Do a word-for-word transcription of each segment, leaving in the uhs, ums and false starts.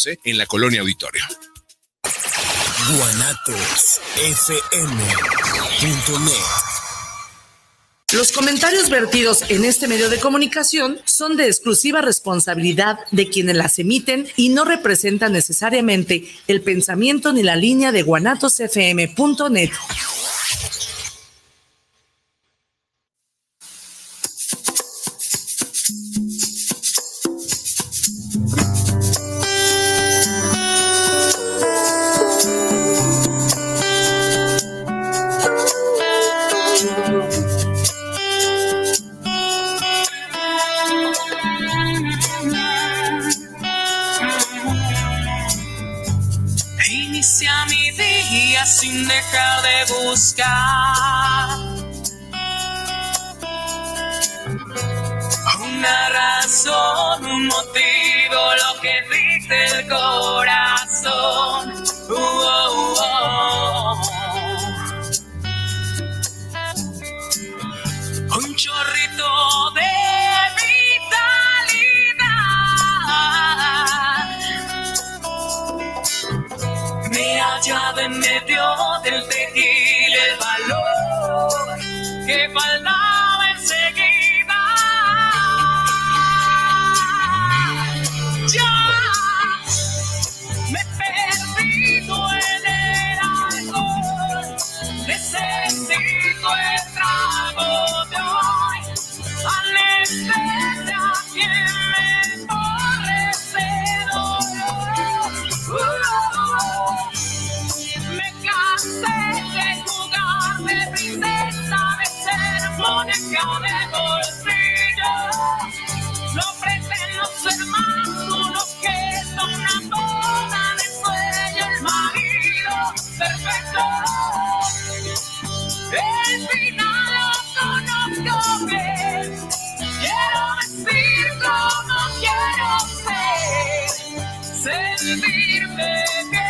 doce en la Colonia Auditorio. guanatos f m punto net. Los comentarios vertidos en este medio de comunicación son de exclusiva responsabilidad de quienes las emiten y no representan necesariamente el pensamiento ni la línea de guanatos f m punto net. Sin dejar de buscar una razón, un motivo, lo que dice el corazón. Uh, oh, oh. Un chorrito de vitalidad me hallaba en medio del tequila, el valor que faltaba enseguida. Ya me he perdido en el alcohol, necesito el trago de hoy, anestesia que me borre ese dolor. Uh, me cansé de jugar de princesa, de ser muñeca de bolsillo. No pretendo ser más uno que es una boda de sueño, el marido perfecto. El final lo conozco bien, quiero decir como quiero ser, sentirme bien.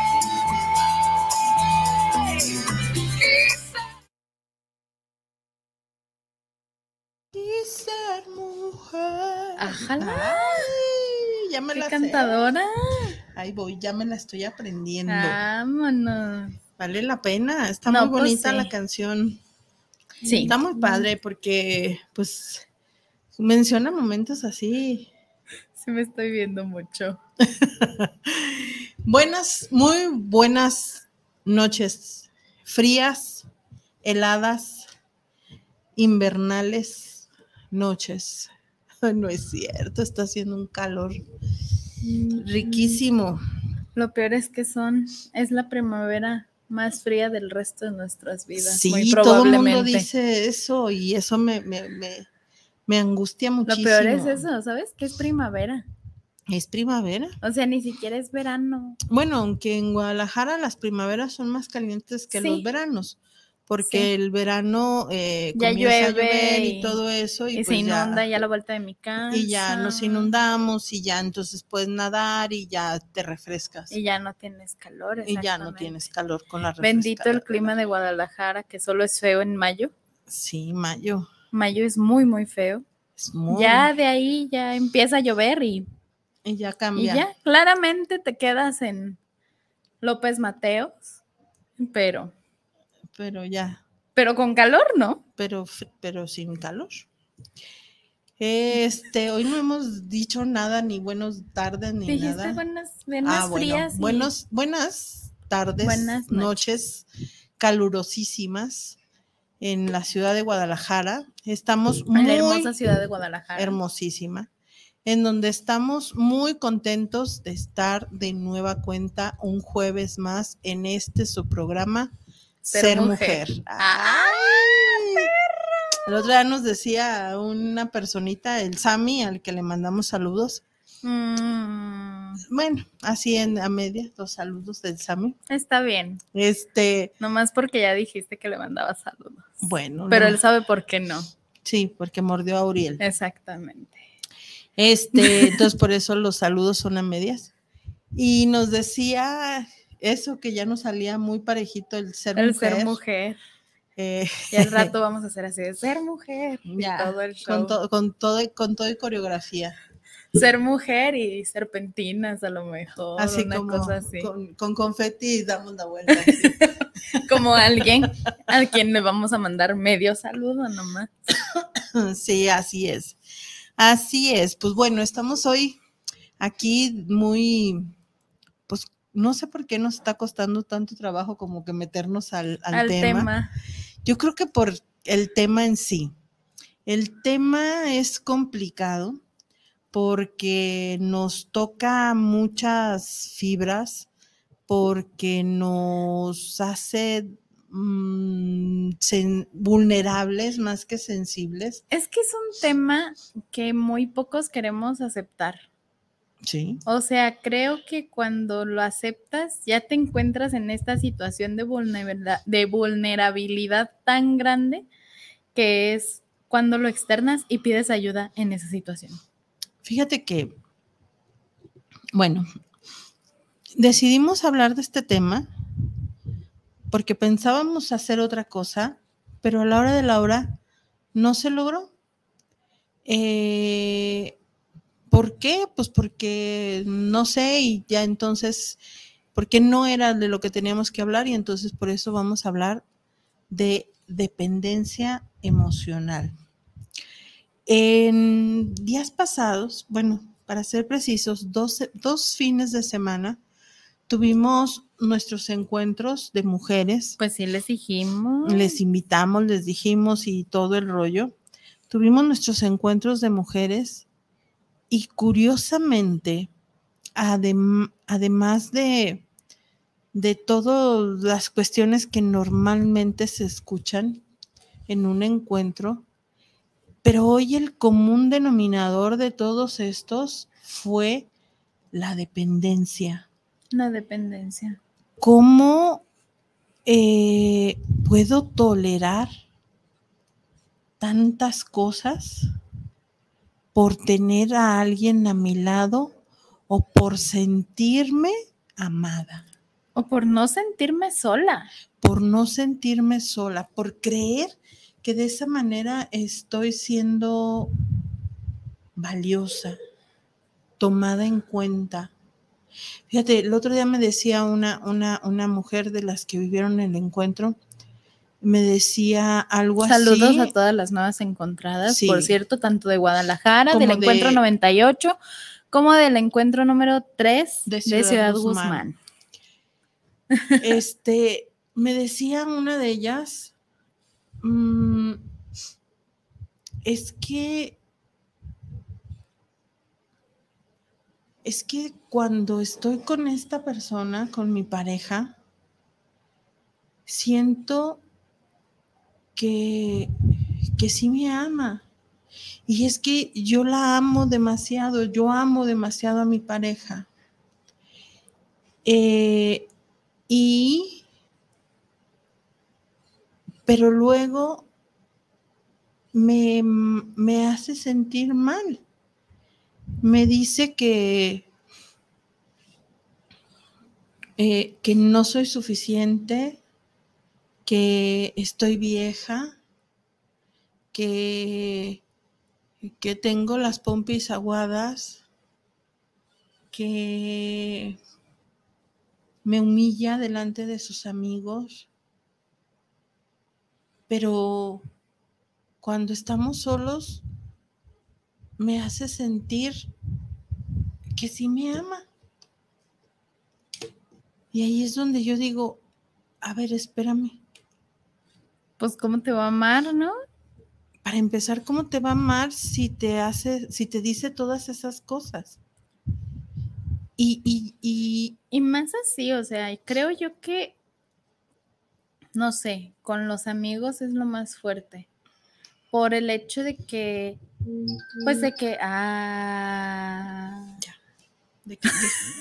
Y ser mujer. Ajá. Ay, ya me ¡Qué la cantadora! sé. Ahí voy, ya me la estoy aprendiendo. Vámonos. Vale la pena, está No, muy pues bonita sí. la canción. Sí. Está muy padre porque, pues, menciona momentos así. Sí me estoy viendo mucho. Buenas, muy buenas noches. Frías, heladas, invernales noches. No es cierto, está haciendo un calor riquísimo. Lo peor es que son, es la primavera más fría del resto de nuestras vidas. Sí, muy todo el probablemente. mundo dice eso y eso me, me, me, me angustia muchísimo. Lo peor es eso, ¿sabes? Que es primavera. Es primavera. O sea, ni siquiera es verano. Bueno, aunque en Guadalajara las primaveras son más calientes que Sí. los veranos, porque Sí. el verano eh, Ya comienza llueve a llover y, y- todo eso y, Y pues se inunda ya, ya a la vuelta de mi casa. y ya nos inundamos y ya entonces puedes nadar y ya te refrescas Y ya no tienes calor. y ya no exactamente. tienes calor con la Bendito el refrescada. clima de Guadalajara, que solo es feo en mayo. Sí, mayo. Mayo es muy, muy feo. Es muy... Ya de ahí ya empieza a llover y, Y ya y cambia. ya claramente te quedas en López Mateos, pero, Pero ya, pero con calor, ¿no? pero, pero sin calor. Este, hoy no hemos dicho nada, ni buenas tardes, ni Dijiste nada. buenas, buenas Ah, bueno, frías. y- buenos, buenas tardes, Buenas noches. calurosísimas en la ciudad de Guadalajara. Estamos en muy la hermosa ciudad de Guadalajara. hermosísima, en donde estamos muy contentos de estar de nueva cuenta un jueves más en este su programa Ser, Ser Mujer. Mujer. ¡Ay! El otro día nos decía una personita, el Sammy, al que le mandamos saludos. Mm, Bueno, así en a media, los saludos del Sammy. está bien. Este, Nomás porque ya dijiste que le mandaba saludos. bueno. Pero no, él sabe por qué no. Sí, porque mordió a Uriel. Exactamente. Este, entonces por eso los saludos son a medias. Y nos decía eso que ya nos salía muy parejito el ser El mujer. ser mujer. Eh, Y al rato vamos a hacer así de ser mujer. ya, Y todo el show. con, to- con todo y con todo y coreografía. ser mujer y serpentinas a lo mejor, Así una como cosa así. con, con confeti y damos la vuelta. Así. Como alguien al quien le vamos a mandar medio saludo nomás. Sí, así es. Así es. Pues bueno, estamos hoy aquí muy, pues no sé por qué nos está costando tanto trabajo como que meternos al, al, Al tema. tema. Yo creo que por el tema en sí. El tema es complicado porque nos toca muchas fibras, porque nos hace mmm, sen- vulnerables más que sensibles. Es que es un tema que muy pocos queremos aceptar. Sí. O sea, creo que cuando lo aceptas ya te encuentras en esta situación de vulnerabilidad, de vulnerabilidad tan grande que es cuando lo externas y pides ayuda en esa situación. Fíjate que, bueno, decidimos hablar de este tema porque pensábamos hacer otra cosa, pero a la hora de la hora no se logró. Eh, ¿Por qué? Pues porque no sé y ya entonces, porque no era de lo que teníamos que hablar y entonces por eso vamos a hablar de dependencia emocional. En días pasados, bueno, para ser precisos, dos, dos fines de semana, tuvimos nuestros encuentros de mujeres. Pues sí, les dijimos. Les invitamos, les dijimos y todo el rollo. Tuvimos nuestros encuentros de mujeres y curiosamente, adem- además de, de todas las cuestiones que normalmente se escuchan en un encuentro, pero hoy el común denominador de todos estos fue la dependencia. La dependencia. ¿Cómo eh, puedo tolerar tantas cosas por tener a alguien a mi lado o por sentirme amada? O por no sentirme sola. Por no sentirme sola, por creer que de esa manera estoy siendo valiosa, tomada en cuenta. Fíjate, el otro día me decía una, una, una mujer de las que vivieron el encuentro, me decía algo Saludos así. a todas las nuevas encontradas, Sí. por cierto, tanto de Guadalajara, Como del encuentro de- noventa y ocho, como del encuentro número tres De de Ciudad Ciudad, Guzmán. Guzmán. Este, me decía una de ellas, mmm, es que, es que cuando estoy con esta persona, con mi pareja, siento que, que sí me ama. Y es que yo la amo demasiado, yo amo demasiado a mi pareja. Eh, y, pero luego me, me hace sentir mal. Me dice que, eh, que no soy suficiente, que estoy vieja, que, que tengo las pompis aguadas, que me humilla delante de sus amigos, pero cuando estamos solos me hace sentir que sí me ama. Y ahí es donde yo digo, a ver, espérame. Pues cómo te va a amar, ¿no? Para empezar, ¿cómo te va a amar si te hace, si te dice todas esas cosas? Y, y, y, Y más así, o sea, creo yo que, no sé, con los amigos es lo más fuerte. Por el hecho de que, pues de que, ah, ya, de que,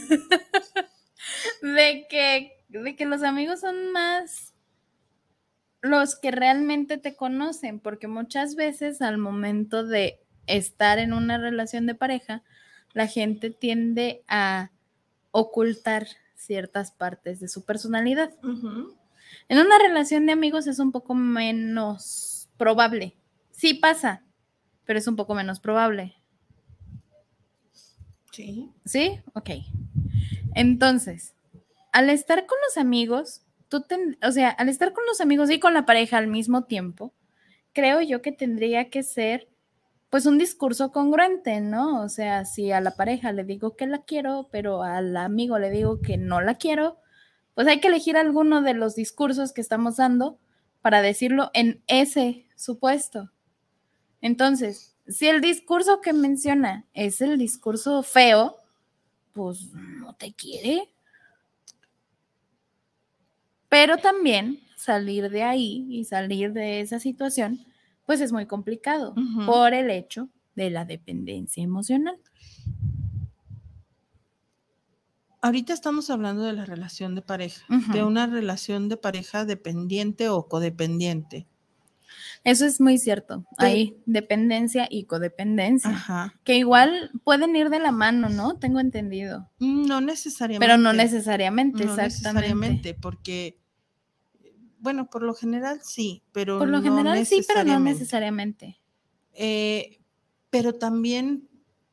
de, de que, de que los amigos son más los que realmente te conocen, porque muchas veces al momento de estar en una relación de pareja, la gente tiende a ocultar ciertas partes de su personalidad. uh-huh. En una relación de amigos es un poco menos probable. Sí pasa, pero es un poco menos probable. Sí. ¿Sí? Ok. Entonces, al estar con los amigos, tú ten- o sea, al estar con los amigos y con la pareja al mismo tiempo, creo yo que tendría que ser pues un discurso congruente, ¿no? O sea, si a la pareja le digo que la quiero, pero al amigo le digo que no la quiero, pues hay que elegir alguno de los discursos que estamos dando para decirlo en ese supuesto. Entonces, si el discurso que menciona es el discurso feo, pues no te quiere. Pero también salir de ahí y salir de esa situación, pues es muy complicado Ujú. por el hecho de la dependencia emocional. Ahorita estamos hablando de la relación de pareja, Ujú. de una relación de pareja dependiente o codependiente. Eso es muy cierto. Pe- Hay dependencia y codependencia, Ajá. que igual pueden ir de la mano, ¿no? Tengo entendido. No necesariamente. Pero no necesariamente, No exactamente. necesariamente, porque, bueno, por lo general sí, pero Por lo no general sí, pero no necesariamente. necesariamente. Eh, pero también,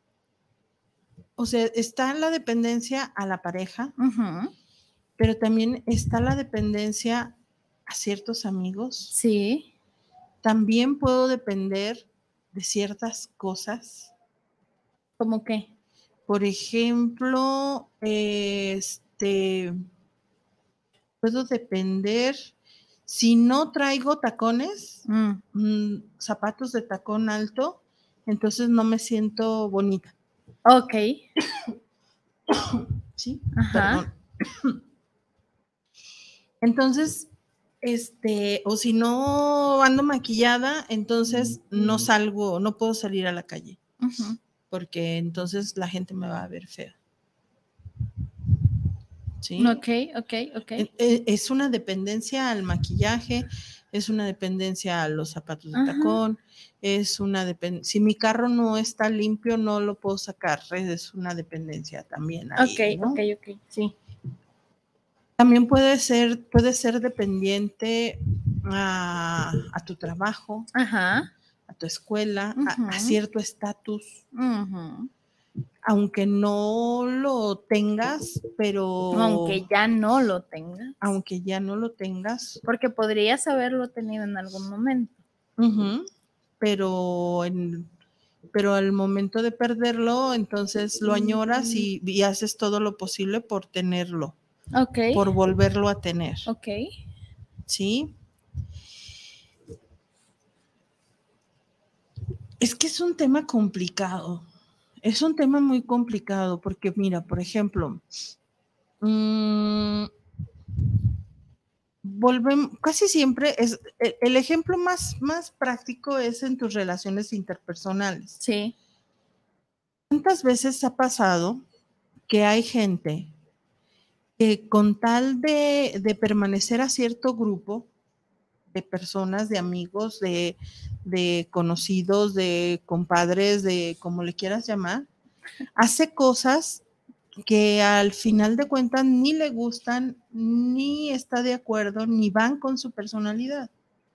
o sea, está la dependencia a la pareja, Ujú. pero también está la dependencia a ciertos amigos. Sí. También puedo depender de ciertas cosas. ¿Cómo qué? Por ejemplo, este, puedo depender, si no traigo tacones, Mm. mm, zapatos de tacón alto, entonces no me siento bonita. Ok. Sí, Ajá. perdón. Entonces, este, o si no ando maquillada, entonces no salgo, no puedo salir a la calle, Ujú. porque entonces la gente me va a ver fea. ¿Sí? Ok, ok, ok. E- e- Es una dependencia al maquillaje, es una dependencia a los zapatos de Ajá. tacón, es una dependencia. Si mi carro no está limpio, no lo puedo sacar, es una dependencia también ahí, Ok, ¿no? ok, ok, sí. También puede ser, puede ser dependiente a, a tu trabajo, Ajá. a tu escuela, a, a Ujú. cierto estatus, Ujú. aunque no lo tengas, pero Aunque ya no lo tengas. aunque ya no lo tengas, Porque podrías haberlo tenido en algún momento. ujú, pero en, pero al momento de perderlo, entonces lo añoras y, y haces todo lo posible por tenerlo, Ok. por volverlo a tener, Ok. ¿sí? Es que es un tema complicado, es un tema muy complicado porque mira, por ejemplo, mmm, volvemos, casi siempre es, el, el ejemplo más, más práctico es en tus relaciones interpersonales. Sí. ¿Cuántas veces ha pasado que hay gente que con tal de, de permanecer a cierto grupo de personas, de amigos, de, de conocidos, de compadres, de como le quieras llamar, hace cosas que al final de cuentas ni le gustan, ni está de acuerdo, ni van con su personalidad?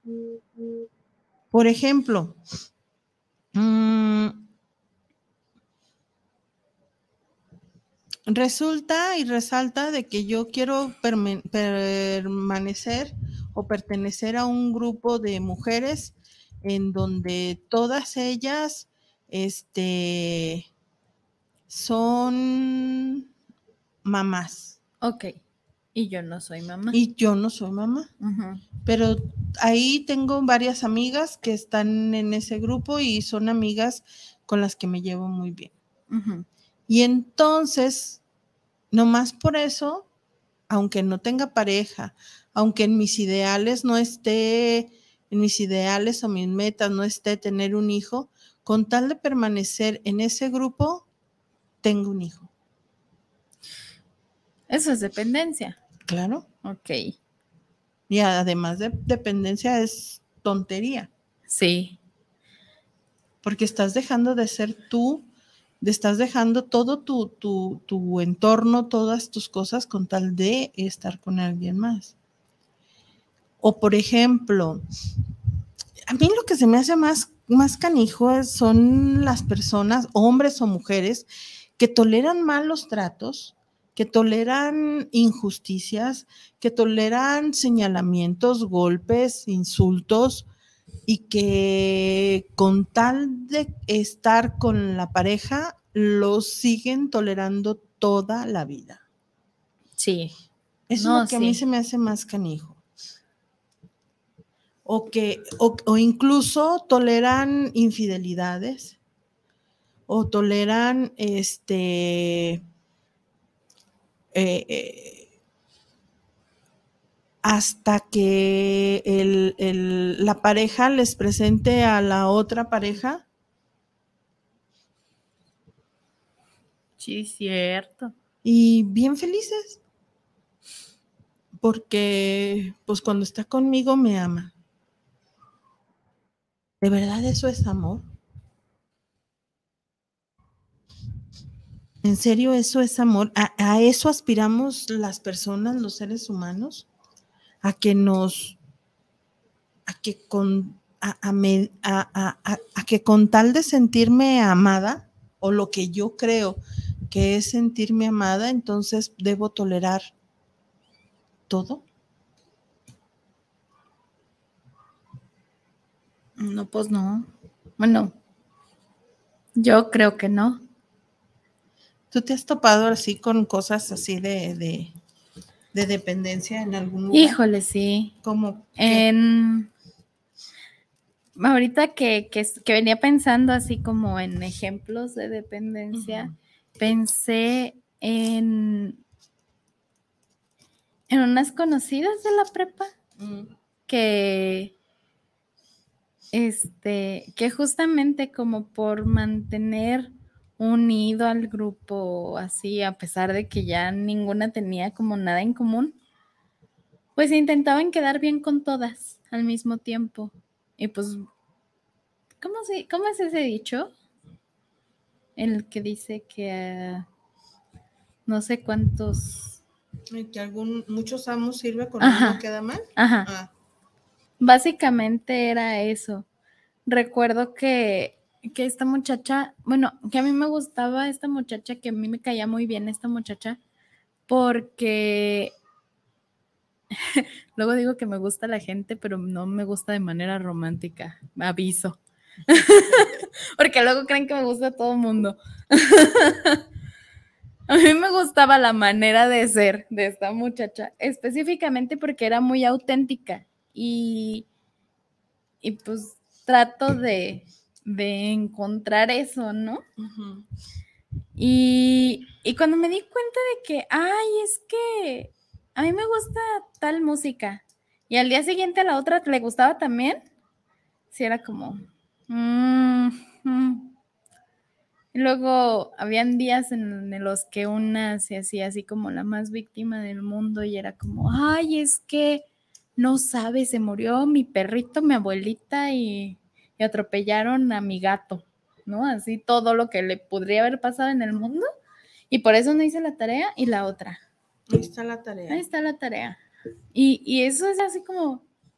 Por ejemplo, mmm, resulta y resalta de que yo quiero perme- permanecer o pertenecer a un grupo de mujeres en donde todas ellas este, son mamás. Ok. Y yo no soy mamá. Y yo no soy mamá. Ujú. Pero ahí tengo varias amigas que están en ese grupo y son amigas con las que me llevo muy bien. Ujú. Y entonces, nomás por eso, aunque no tenga pareja, aunque en mis ideales no esté, en mis ideales o mis metas no esté tener un hijo, con tal de permanecer en ese grupo, tengo un hijo. Eso es dependencia. Claro. Ok. Y además de dependencia es tontería, Sí. porque estás dejando de ser tú, de estás dejando todo tu, tu, tu entorno, todas tus cosas con tal de estar con alguien más. O por ejemplo, a mí lo que se me hace más, más canijo son las personas, hombres o mujeres, que toleran malos tratos, que toleran injusticias, que toleran señalamientos, golpes, insultos, y que con tal de estar con la pareja, los siguen tolerando toda la vida. Sí. Eso No, es lo que a mí sí. se me hace más canijo. O que, o, o incluso toleran infidelidades, o toleran este eh, eh, hasta que el, el, la pareja les presente a la otra pareja. Sí, cierto. Y bien felices. Porque, pues cuando está conmigo me ama. ¿De verdad eso es amor? ¿En serio eso es amor? ¿A, a eso aspiramos las personas, los seres humanos? A que nos, a que con, a, a, me, a, a, a que con tal de sentirme amada, o lo que yo creo que es sentirme amada, entonces debo tolerar todo. No, pues no. Bueno, yo creo que no. ¿Tú te has topado así con cosas así de, de, de dependencia en algún lugar? Híjole, sí. ¿Cómo qué? En ahorita que, que, que venía pensando así como en ejemplos de dependencia, Ujú. pensé en, en unas conocidas de la prepa Mm. que este que justamente como por mantener unido al grupo así, a pesar de que ya ninguna tenía como nada en común, pues intentaban quedar bien con todas al mismo tiempo. Y pues, ¿cómo, se, cómo es ese dicho? El que dice que uh, no sé cuántos... Que algún, muchos amos sirve con Ajá, uno queda mal. ajá. Ah. Básicamente era eso. Recuerdo que, que esta muchacha, bueno, que a mí me gustaba esta muchacha, que a mí me caía muy bien esta muchacha, porque luego digo que me gusta la gente, pero no me gusta de manera romántica, aviso. Porque luego creen que me gusta todo el mundo. A mí me gustaba la manera de ser de esta muchacha, específicamente porque era muy auténtica y, y pues trato de, de encontrar eso, ¿no? Uh-huh. Y, y cuando me di cuenta de que, ay, es que a mí me gusta tal música y al día siguiente a la otra le gustaba también, sí era como... Mm, mm. Y luego habían días en los que una se hacía así como la más víctima del mundo y era como, ay, es que no sabes, se murió mi perrito, mi abuelita y, y atropellaron a mi gato, ¿no? Así todo lo que le podría haber pasado en el mundo y por eso no hice la tarea. Y la otra, ahí está la tarea. Ahí está la tarea. Y, y eso es así como,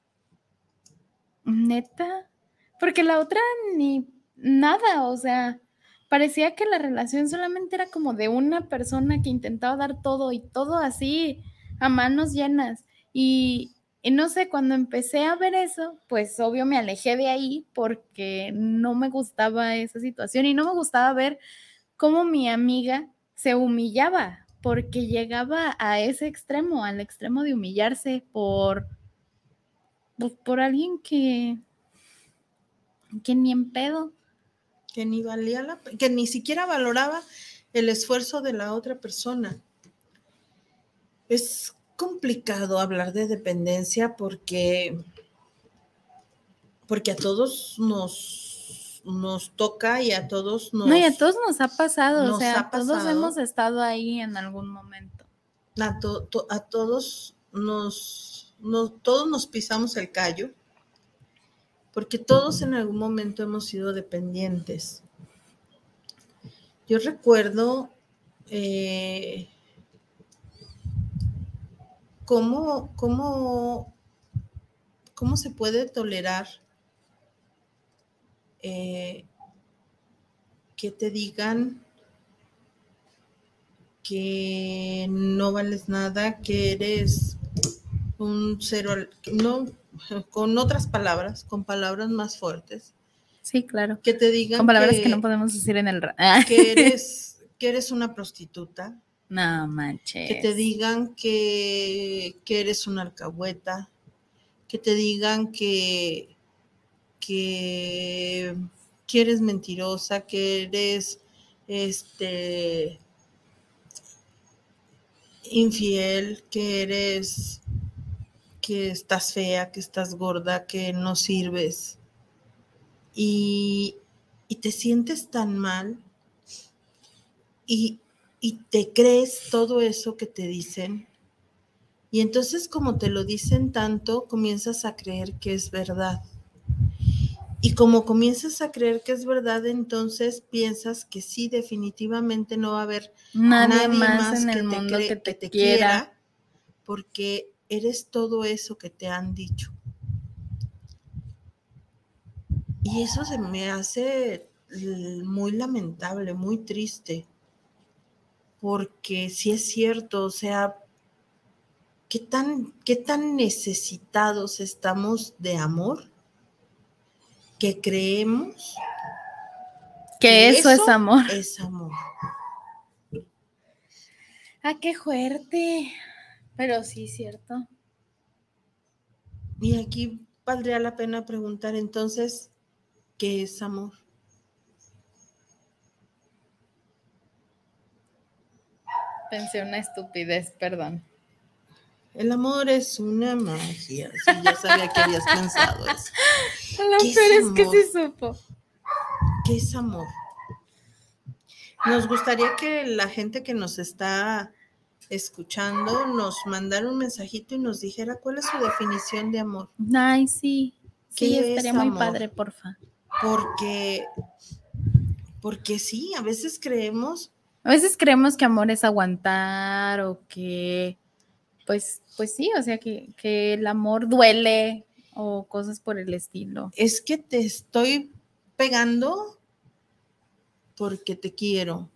neta, porque la otra ni nada, o sea, parecía que la relación solamente era como de una persona que intentaba dar todo y todo así a manos llenas. Y, y no sé, cuando empecé a ver eso, pues obvio me alejé de ahí porque no me gustaba esa situación y no me gustaba ver cómo mi amiga se humillaba porque llegaba a ese extremo, al extremo de humillarse por, pues, por alguien que que ni en pedo. Que ni valía la, que ni siquiera valoraba el esfuerzo de la otra persona. Es complicado hablar de dependencia porque, porque a todos nos, nos toca y a todos nos... No, y a todos nos ha pasado, nos o sea, ha todos pasado. hemos estado ahí en algún momento. A, to, to, a todos nos, nos, todos nos pisamos el callo. Porque todos en algún momento hemos sido dependientes. Yo recuerdo eh, cómo, cómo, cómo se puede tolerar eh, que te digan que no vales nada, que eres un cero, al- no, con otras palabras, con palabras más fuertes, Sí, claro. que te digan Con palabras que, que no podemos decir en el... ra- Ah, que eres, que eres una prostituta, no manches. que te digan que, que eres una alcahueta, que te digan que, que, que eres mentirosa, que eres este infiel, que eres, que estás fea, que estás gorda, que no sirves. Y, y te sientes tan mal y, y te crees todo eso que te dicen. Y entonces, como te lo dicen tanto, comienzas a creer que es verdad. Y como comienzas a creer que es verdad, entonces piensas que sí, definitivamente no va a haber Nadie, nadie más, más en que el te, mundo cre- que te, que te quiera. quiera, porque eres todo eso que te han dicho. Y eso se me hace l- muy lamentable, muy triste, porque sí es cierto, o sea, ¿qué tan, qué tan necesitados estamos de amor que creemos Que eso es amor. es amor? Ah, qué fuerte. Pero sí, cierto. Y aquí valdría la pena preguntar entonces, ¿qué es amor? Pensé una estupidez, perdón. El amor es una magia. Sí, ya sabía que habías pensado eso. Lo ¿Qué es peor es que amor? sí supo. ¿Qué es amor? Nos gustaría que la gente que nos está escuchando nos mandara un mensajito y nos dijera cuál es su definición de amor. Ay, sí. Sí, ¿Qué estaría es muy amor? padre, porfa. Porque, porque sí, a veces creemos, A veces creemos que amor es aguantar o que, pues, pues sí, o sea, que, que el amor duele o cosas por el estilo. es que te estoy pegando porque te quiero.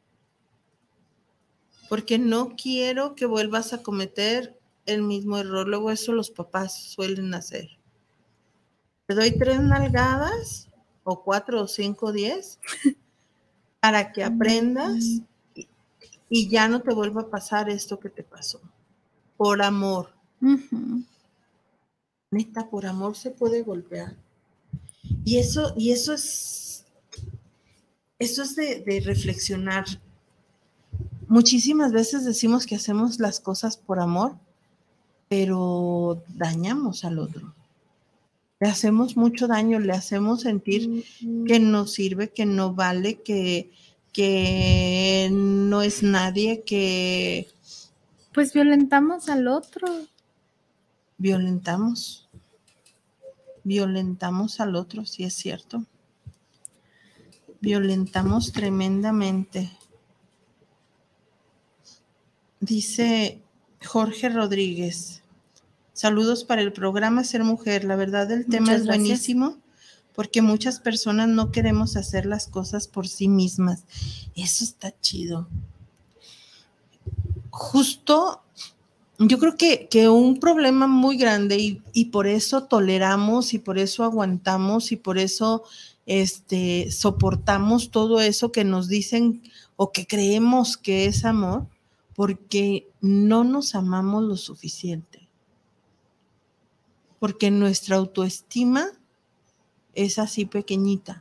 Porque no quiero que vuelvas a cometer el mismo error. Luego eso los papás suelen hacer. Te doy tres nalgadas, o cuatro, o cinco, o diez, para que aprendas y, y ya no te vuelva a pasar esto que te pasó. Por amor. Ujú. Neta, por amor se puede golpear. Y eso, y eso es, eso es de, de reflexionar. Muchísimas veces decimos que hacemos las cosas por amor, pero dañamos al otro. Le hacemos mucho daño, le hacemos sentir que no sirve, que no vale, que, que no es nadie, que Pues violentamos al otro. violentamos. Violentamos al otro, sí es cierto. Violentamos tremendamente. Dice Jorge Rodríguez, saludos para el programa Ser Mujer. La verdad el tema Muchas es gracias. buenísimo porque muchas personas no queremos hacer las cosas por sí mismas. Eso está chido. Justo, yo creo que, que un problema muy grande y, y por eso toleramos y por eso aguantamos y por eso este, soportamos todo eso que nos dicen o que creemos que es amor, porque no nos amamos lo suficiente. Porque nuestra autoestima es así pequeñita.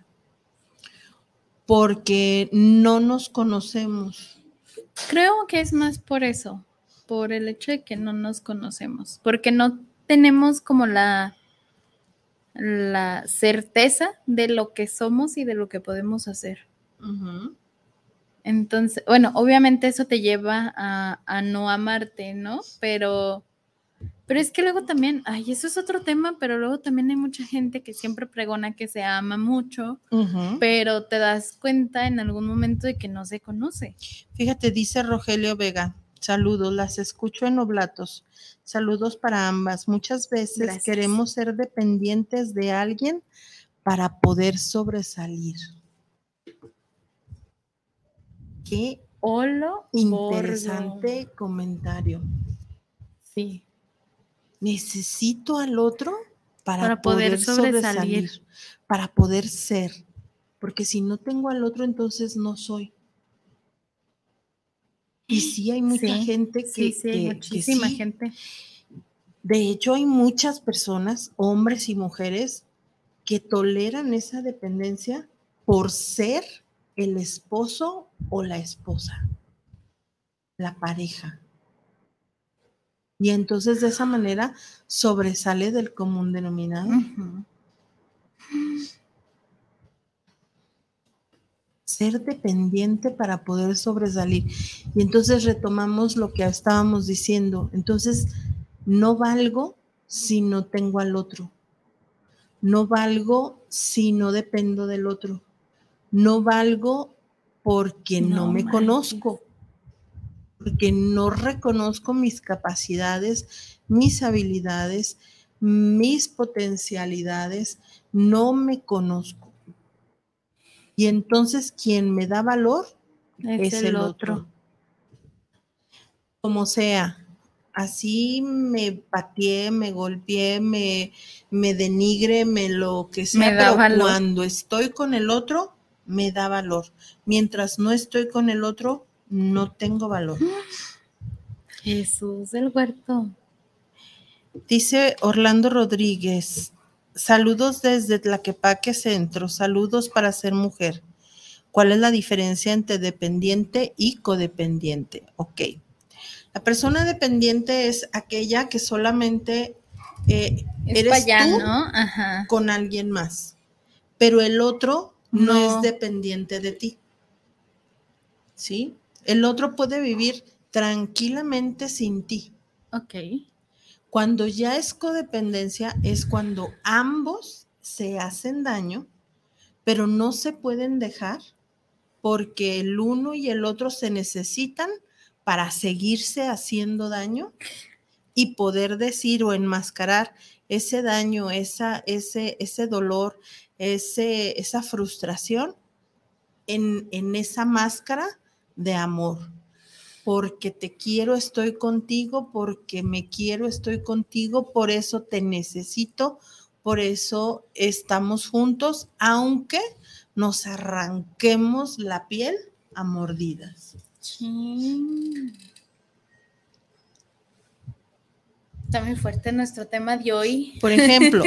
Porque no nos conocemos. Creo que es más por eso, por el hecho de que no nos conocemos, porque no tenemos como la, la certeza de lo que somos y de lo que podemos hacer. Uh-huh. Entonces, bueno, obviamente eso te lleva a, a no amarte, ¿no? Pero, pero es que luego también, ay, eso es otro tema, pero luego también hay mucha gente que siempre pregona que se ama mucho, Uh-huh. pero te das cuenta en algún momento de que no se conoce. Fíjate, dice Rogelio Vega, saludos, las escucho en Oblatos. Saludos para ambas. Muchas veces Gracias. queremos ser dependientes de alguien para poder sobresalir. Qué Olo Interesante Borgo. comentario. Sí. Necesito al otro para, Para poder poder sobresalir, sobresalir. para poder ser. Porque si no tengo al otro, entonces no soy. Y sí hay mucha Sí, gente que, sí, sí, hay que, que muchísima sí. gente. De hecho, hay muchas personas, hombres y mujeres, que toleran esa dependencia por ser el esposo o la esposa, la pareja. Y entonces de esa manera sobresale del común denominador. Ujú. Ser dependiente para poder sobresalir. Y entonces retomamos lo que estábamos diciendo. Entonces, no valgo si no tengo al otro. No valgo si no dependo del otro. No valgo porque no, No me manches. conozco, porque no reconozco mis capacidades, mis habilidades, mis potencialidades, no me conozco. Y entonces quien me da valor Es, es el, el otro. otro. Como sea, así me pateé, me golpeé, me, me denigre, me lo que sea, Me da pero valor. cuando estoy con el otro, me da valor. Mientras no estoy con el otro, no tengo valor. Jesús del Huerto. Dice Orlando Rodríguez, saludos desde Tlaquepaque Centro, saludos para ser mujer. ¿Cuál es la diferencia entre dependiente y codependiente? Ok. La persona dependiente es aquella que solamente eh, Es eres para allá, tú ¿no? Ajá. con alguien más, pero el otro no, No. es dependiente de ti. ¿Sí? El otro puede vivir tranquilamente sin ti. Ok. Cuando ya es codependencia es cuando ambos se hacen daño, pero no se pueden dejar porque el uno y el otro se necesitan para seguirse haciendo daño y poder decir o enmascarar ese daño, esa, ese, ese dolor, ese, esa frustración en, en esa máscara de amor. Porque te quiero, estoy contigo, porque me quiero, estoy contigo, por eso te necesito, por eso estamos juntos, aunque nos arranquemos la piel a mordidas. Chin. Está muy fuerte nuestro tema de hoy. Por ejemplo,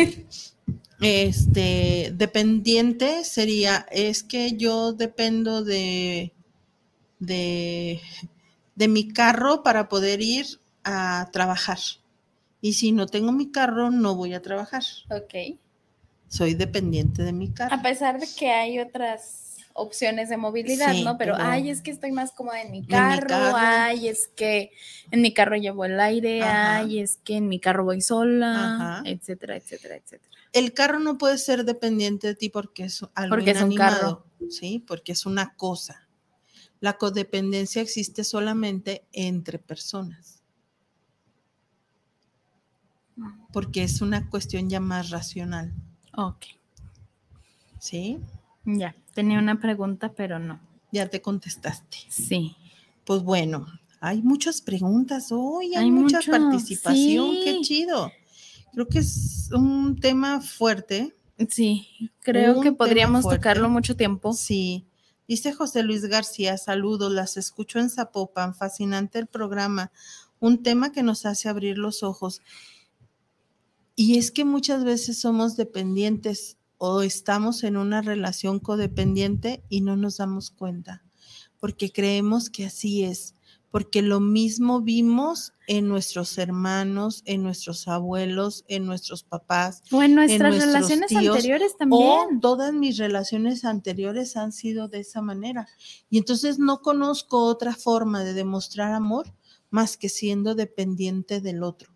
este dependiente sería, es que yo dependo de, de, de mi carro para poder ir a trabajar. Y si no tengo mi carro, no voy a trabajar. Ok. Soy dependiente de mi carro. A pesar de que hay otras opciones de movilidad, Sí, ¿no? Pero, pero ay, es que estoy más cómoda en mi mi carro, carro. ay, es que en mi carro llevo el aire, Ajá. ay, es que en mi carro voy sola, Ajá. etcétera, etcétera, etcétera. El carro no puede ser dependiente de ti porque es algo Porque es un inanimado, ¿sí? Porque es una cosa. La codependencia existe solamente entre personas. Porque es una cuestión ya más racional, Ok, ¿sí? ya. Tenía una pregunta, pero no. Ya te contestaste. Sí. Pues bueno, hay muchas preguntas hoy, hay, Hay mucha mucho, participación, sí. qué chido. Creo que es un tema fuerte. Sí, creo Un que tema podríamos fuerte. tocarlo mucho tiempo. Sí. Dice José Luis García, saludos, las escucho en Zapopan, fascinante el programa, un tema que nos hace abrir los ojos. Y es que muchas veces somos dependientes o estamos en una relación codependiente y no nos damos cuenta, porque creemos que así es, porque lo mismo vimos en nuestros hermanos, en nuestros abuelos, en nuestros papás, O en nuestras en nuestros relaciones tíos, anteriores o también. todas mis relaciones anteriores han sido de esa manera. Y entonces no conozco otra forma de demostrar amor más que siendo dependiente del otro.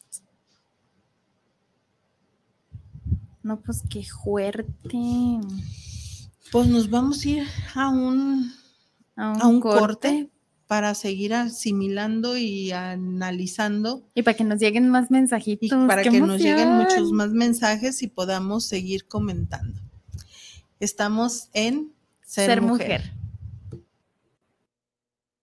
No, pues qué fuerte. Pues nos vamos a ir a un, A un, a un corte. corte para seguir asimilando y analizando Y para que nos lleguen más mensajitos. y para ¡Qué que nos lleguen emoción! muchos más mensajes y podamos seguir comentando. Estamos en Ser, Ser Mujer. mujer.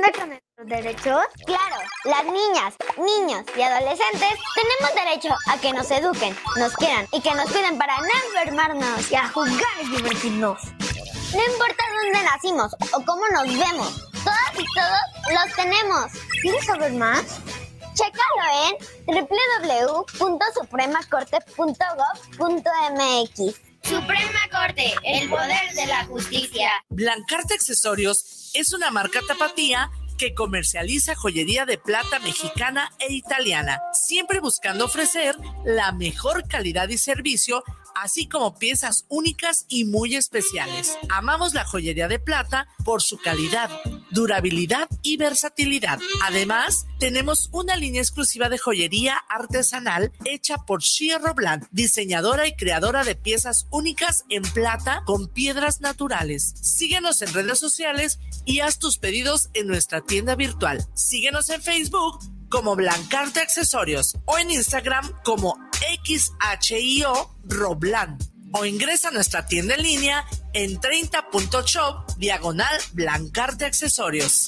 cumpliendo con nuestros derechos? Claro, las niñas, niños y adolescentes tenemos derecho a que nos eduquen, nos quieran y que nos cuiden para no enfermarnos y a jugar y divertirnos. No importa dónde nacimos o cómo nos vemos, todas y todos los tenemos. ¿Quieres saber más? Chécalo en doble u doble u doble u punto suprema corte punto gob punto eme equis. Suprema Corte, el poder de la justicia. Blancarte Accesorios es una marca tapatía que comercializa joyería de plata mexicana e italiana, siempre buscando ofrecer la mejor calidad y servicio, así como piezas únicas y muy especiales. Amamos la joyería de plata por su calidad, durabilidad y versatilidad. Además, tenemos una línea exclusiva de joyería artesanal hecha por Shia Robland, diseñadora y creadora de piezas únicas en plata con piedras naturales. Síguenos en redes sociales y haz tus pedidos en nuestra tienda virtual. Síguenos en Facebook como Blancarte Accesorios o en Instagram como X H I O Robland, o ingresa a nuestra tienda en línea en treinta punto shop diagonal Blancarte Accesorios.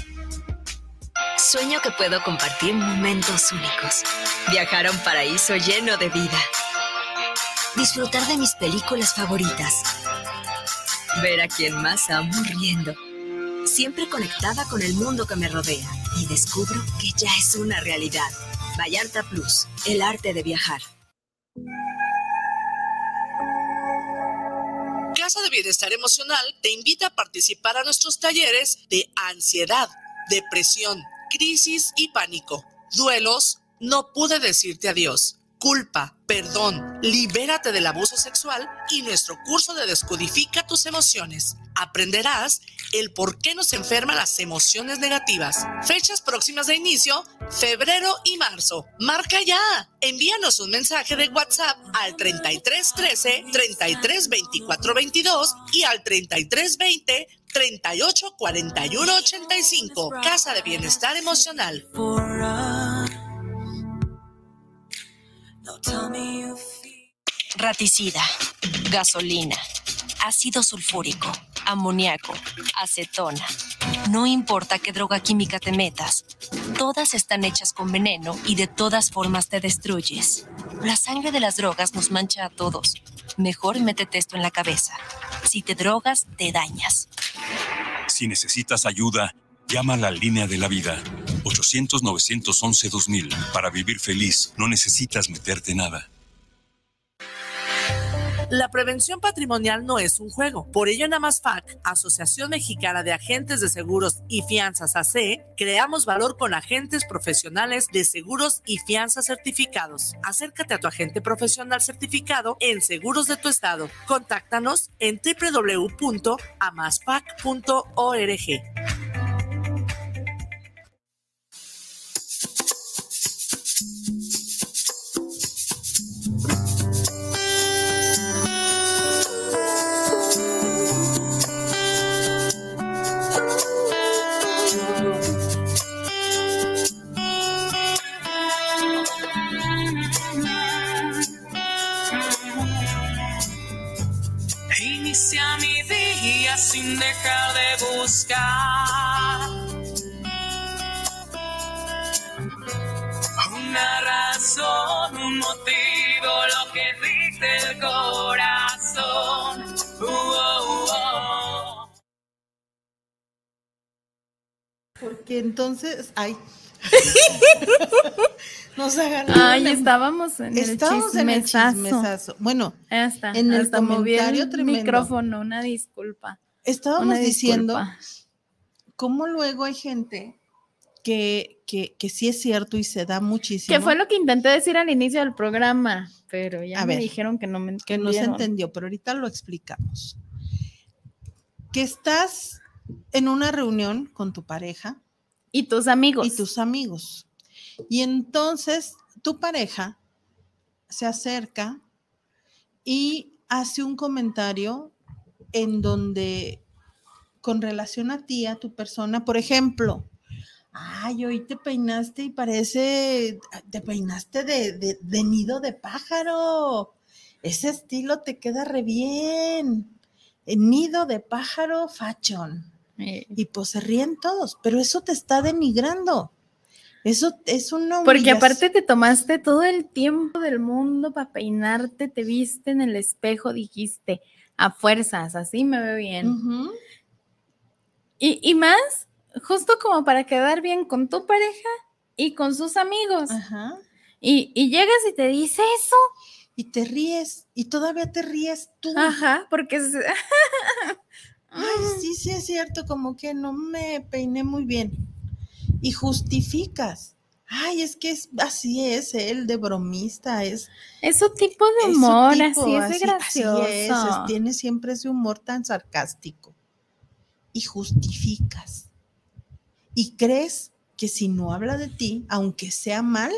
Sueño que puedo compartir momentos únicos, viajar a un paraíso lleno de vida, disfrutar de mis películas favoritas, ver a quien más amo riendo, siempre conectada con el mundo que me rodea, y descubro que ya es una realidad. Vallarta Plus, el arte de viajar. Casa de Bienestar Emocional te invita a participar a nuestros talleres de ansiedad, depresión, crisis y pánico, duelos, no pude decirte adiós, culpa, perdón, libérate del abuso sexual y nuestro curso de Descodifica tus emociones. Aprenderás el por qué nos enferman las emociones negativas. Fechas próximas de inicio, febrero y marzo. Marca ya. Envíanos un mensaje de WhatsApp al treinta y tres trece, treinta y tres veinticuatro veintidós y al treinta y tres veinte, treinta y ocho cuarenta y uno ochenta y cinco. Casa de Bienestar Emocional. Raticida, gasolina, ácido sulfúrico, amoníaco, acetona. No importa qué droga química te metas, todas están hechas con veneno y de todas formas te destruyes. La sangre de las drogas nos mancha a todos. Mejor métete esto en la cabeza. Si te drogas, te dañas. Si necesitas ayuda, llama a la línea de la vida. ochocientos, novecientos once, dos mil. Para vivir feliz, no necesitas meterte nada. La prevención patrimonial no es un juego. Por ello, en AMASFAC, Asociación Mexicana de Agentes de Seguros y Fianzas A C, creamos valor con agentes profesionales de seguros y fianzas certificados. Acércate a tu agente profesional certificado en seguros de tu estado. Contáctanos en doble u doble u doble u punto amasfac punto org. Inicia mi día sin dejar de buscar una razón, un motivo, lo que dice el corazón. Uh, oh, oh. Porque entonces, ay, nos agarró. Ay, estábamos en Estábamos el en el chismesazo. chismesazo. Bueno, Ya está, en el hasta moví comentario el tremendo. micrófono, una disculpa. Estábamos Una diciendo disculpa. cómo luego hay gente que, que, que sí es cierto y se da muchísimo. Que fue lo que intenté decir al inicio del programa, pero ya A me ver, dijeron que no me que no se entendieron. entendió, pero ahorita lo explicamos. Que estás en una reunión con tu pareja Y tus amigos. y tus amigos. Y entonces tu pareja se acerca y hace un comentario en donde, con relación a ti, a tu persona, por ejemplo, ay, hoy te peinaste y parece, te peinaste de, de, de nido de pájaro. Ese estilo te queda re bien. El nido de pájaro fashion. Eh. Y pues se ríen todos, pero eso te está denigrando. Eso es una Porque humillación. aparte te tomaste todo el tiempo del mundo para peinarte, te viste en el espejo, dijiste, a fuerzas, así me veo bien. Uh-huh. Y, y más, justo como para quedar bien con tu pareja y con sus amigos. Ajá. Y, y llegas y te dice eso. Y te ríes, y todavía te ríes tú. Ajá, porque es... Ay, sí, sí es cierto, como que no me peiné muy bien. Y justificas. Ay, es que es, así es él, de bromista, es... Es su tipo de es su humor, tipo, así es de así- gracioso. Así es, es, tiene siempre ese humor tan sarcástico. Y justificas. Y crees que si no habla de ti, aunque sea mal,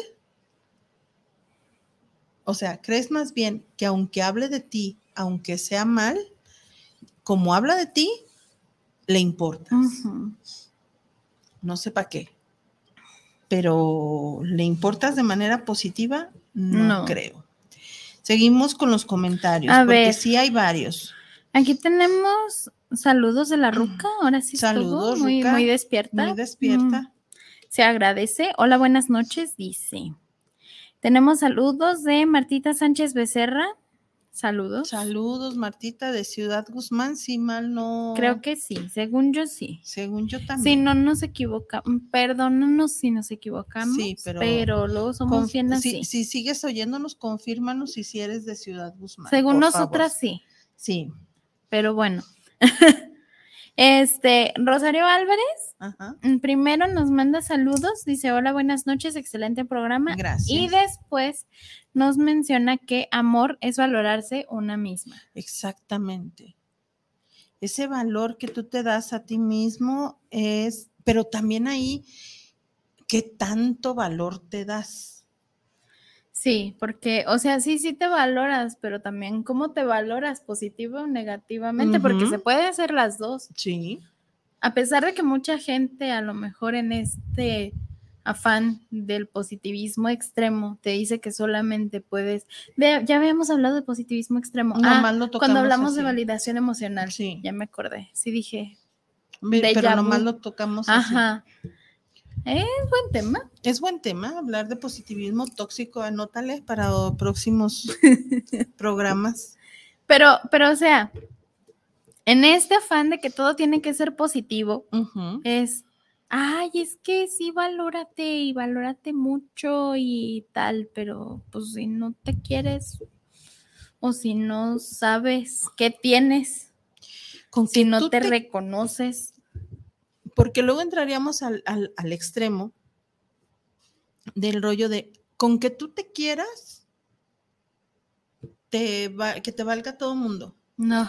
o sea, crees más bien que aunque hable de ti, aunque sea mal, como habla de ti, le importas. Uh-huh. No sé para qué. Pero ¿le importas de manera positiva? No, No. creo. Seguimos con los comentarios, A porque ver. sí hay varios. Aquí tenemos saludos de la ruca, ahora sí Saludos, estuvo muy, Ruca. muy despierta. Muy despierta. Mm. Se agradece. Hola, buenas noches, dice. Tenemos saludos de Martita Sánchez Becerra. Saludos. Saludos, Martita, de Ciudad Guzmán, si mal no... Creo que sí, según yo sí. Según yo Si también. no nos equivocamos, perdónanos si nos equivocamos, Sí, pero- pero, luego somos Conf- bien si, así. si sigues oyéndonos, confírmanos si, si eres de Ciudad Guzmán. Según por nosotras favor. sí, Sí. pero bueno. Este, Rosario Álvarez, Ajá. primero nos manda saludos, dice hola, buenas noches, excelente programa. Gracias. Y después nos menciona que amor es valorarse una misma. Exactamente. Ese valor que tú te das a ti mismo es, pero también ahí, ¿qué tanto valor te das? Sí, porque, o sea, sí, sí te valoras, pero también cómo te valoras, positivo o negativamente, porque Ujú. se puede hacer las dos. Sí. A pesar de que mucha gente a lo mejor en este afán del positivismo extremo te dice que solamente puedes, de, ya habíamos hablado de positivismo extremo, Nomás ah, lo tocamos cuando hablamos de así. validación emocional, Sí. ya me acordé, sí dije, Ve- Déjà Pero nomás vu. lo tocamos así. ajá, es buen tema. Es buen tema hablar de positivismo tóxico, anótale para o- próximos programas. Pero, pero o sea, en este afán de que todo tiene que ser positivo, Ujú. es, ay, es que sí, valórate y valórate mucho y tal, pero pues si no te quieres o si no sabes qué tienes, Con si que no tú te, te- reconoces, Porque luego entraríamos al, al, al extremo del rollo de con que tú te quieras, te va- que te valga todo el mundo. no.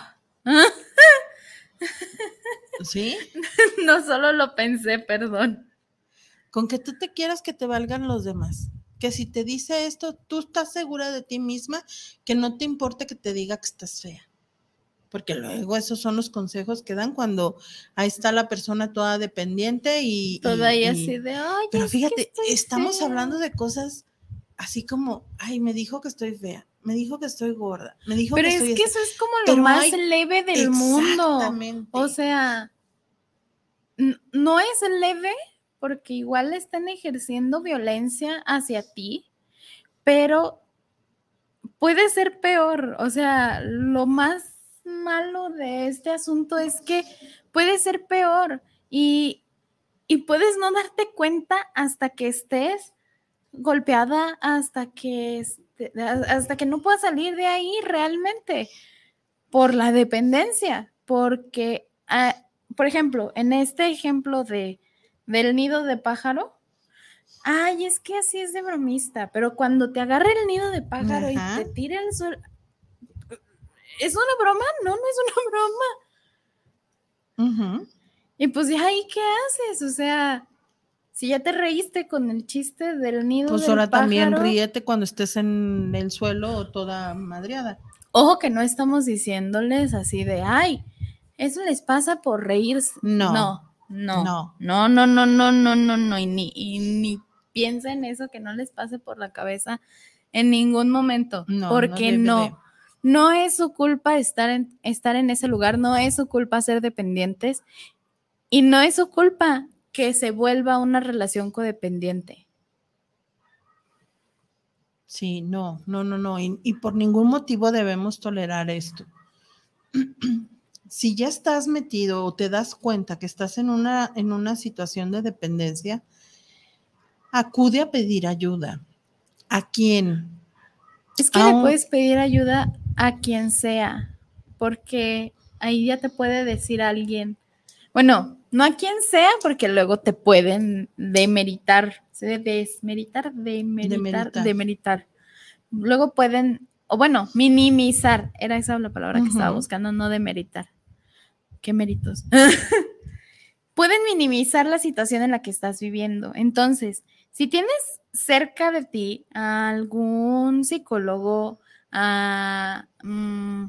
¿Sí? No solo lo pensé, perdón. Con que tú te quieras, que te valgan los demás. Que si te dice esto, tú estás segura de ti misma, que no te importa que te diga que estás fea. Porque luego esos son los consejos que dan cuando ahí está la persona toda dependiente y... y- Todavía y- así de, ay, Pero es que fíjate, estoy estamos fea". hablando de cosas así como, ay, me dijo que estoy fea, me dijo que estoy gorda, me dijo Pero que es estoy... que así. eso es como lo Pero más hay- leve del mundo. Exactamente. O sea, n- no es leve porque igual están ejerciendo violencia hacia ti, pero puede ser peor. O sea, lo más malo de este asunto es que puede ser peor y, y puedes no darte cuenta hasta que estés golpeada, hasta que, este, hasta que no puedas salir de ahí realmente por la dependencia, porque, ah, por ejemplo, en este ejemplo de, del nido de pájaro, ay, es que así es de bromista, pero cuando te agarra el nido de pájaro Ajá. y te tira el suelo, ¿es una broma? No, no es una broma. Ujú. Y pues, ¿y ahí qué haces? O sea, si ya te reíste con el chiste del nido Pues del ahora también pájaro, ríete cuando estés en el suelo o toda madreada. ojo que no estamos diciéndoles así de, ay, eso les pasa por reírse. No, No, no, no. no, no, no, no, no, no, no, y ni, y ni piensa en eso, que no les pase por la cabeza en ningún momento, No, no porque debe no, de. no es su culpa estar en, estar en ese lugar, no es su culpa ser dependientes, Y no es su culpa que se vuelva una relación codependiente. Sí, no, no, no, no. Y, y por ningún motivo debemos tolerar esto. Si ya estás metido o te das cuenta que estás en una, en una situación de dependencia, acude a pedir ayuda. ¿A quién? Es que A le un- puedes pedir ayuda a quien sea, porque ahí ya te puede decir alguien, bueno, no a quien sea, porque luego te pueden demeritar, ¿sí? desmeritar, demeritar, Demeritar. demeritar. Luego pueden, o bueno, minimizar, era esa la palabra que estaba Ujú. buscando, no demeritar. ¿Qué méritos? Pueden minimizar la situación en la que estás viviendo. Entonces, si tienes cerca de ti a algún psicólogo, a, mm,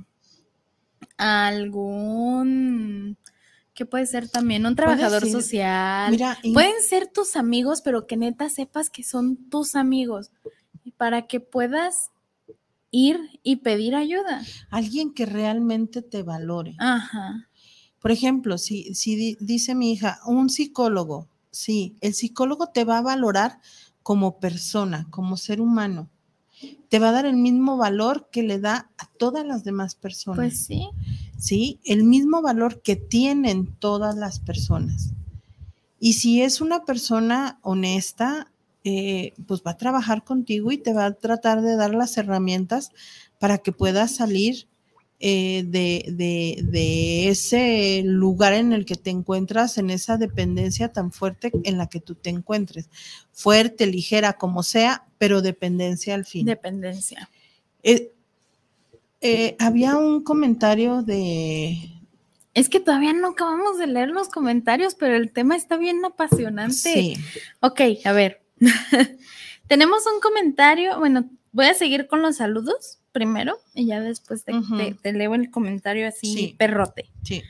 a algún, ¿qué puede ser también? Un Puede trabajador ser, social. mira, y- Pueden ser tus amigos, pero que neta sepas que son tus amigos para que puedas ir y pedir ayuda. alguien que realmente te valore. Ajá. Por ejemplo, si, si di- dice mi hija, un psicólogo, sí, el psicólogo te va a valorar como persona, como ser humano. Te va a dar el mismo valor que le da a todas las demás personas. Pues sí. Sí, el mismo valor que tienen todas las personas. Y si es una persona honesta, eh, pues va a trabajar contigo y te va a tratar de dar las herramientas para que puedas salir eh, de, de, de ese lugar en el que te encuentras, en esa dependencia tan fuerte en la que tú te encuentres. Fuerte, ligera, como sea, pero dependencia al fin. Dependencia. Eh, eh, había un comentario de... Es que todavía no acabamos de leer los comentarios, pero el tema está bien apasionante. Sí. Ok, a ver. Tenemos un comentario. Bueno, voy a seguir con los saludos primero y ya después te, Ujú. te- te leo el comentario así, Sí. perrote. Sí.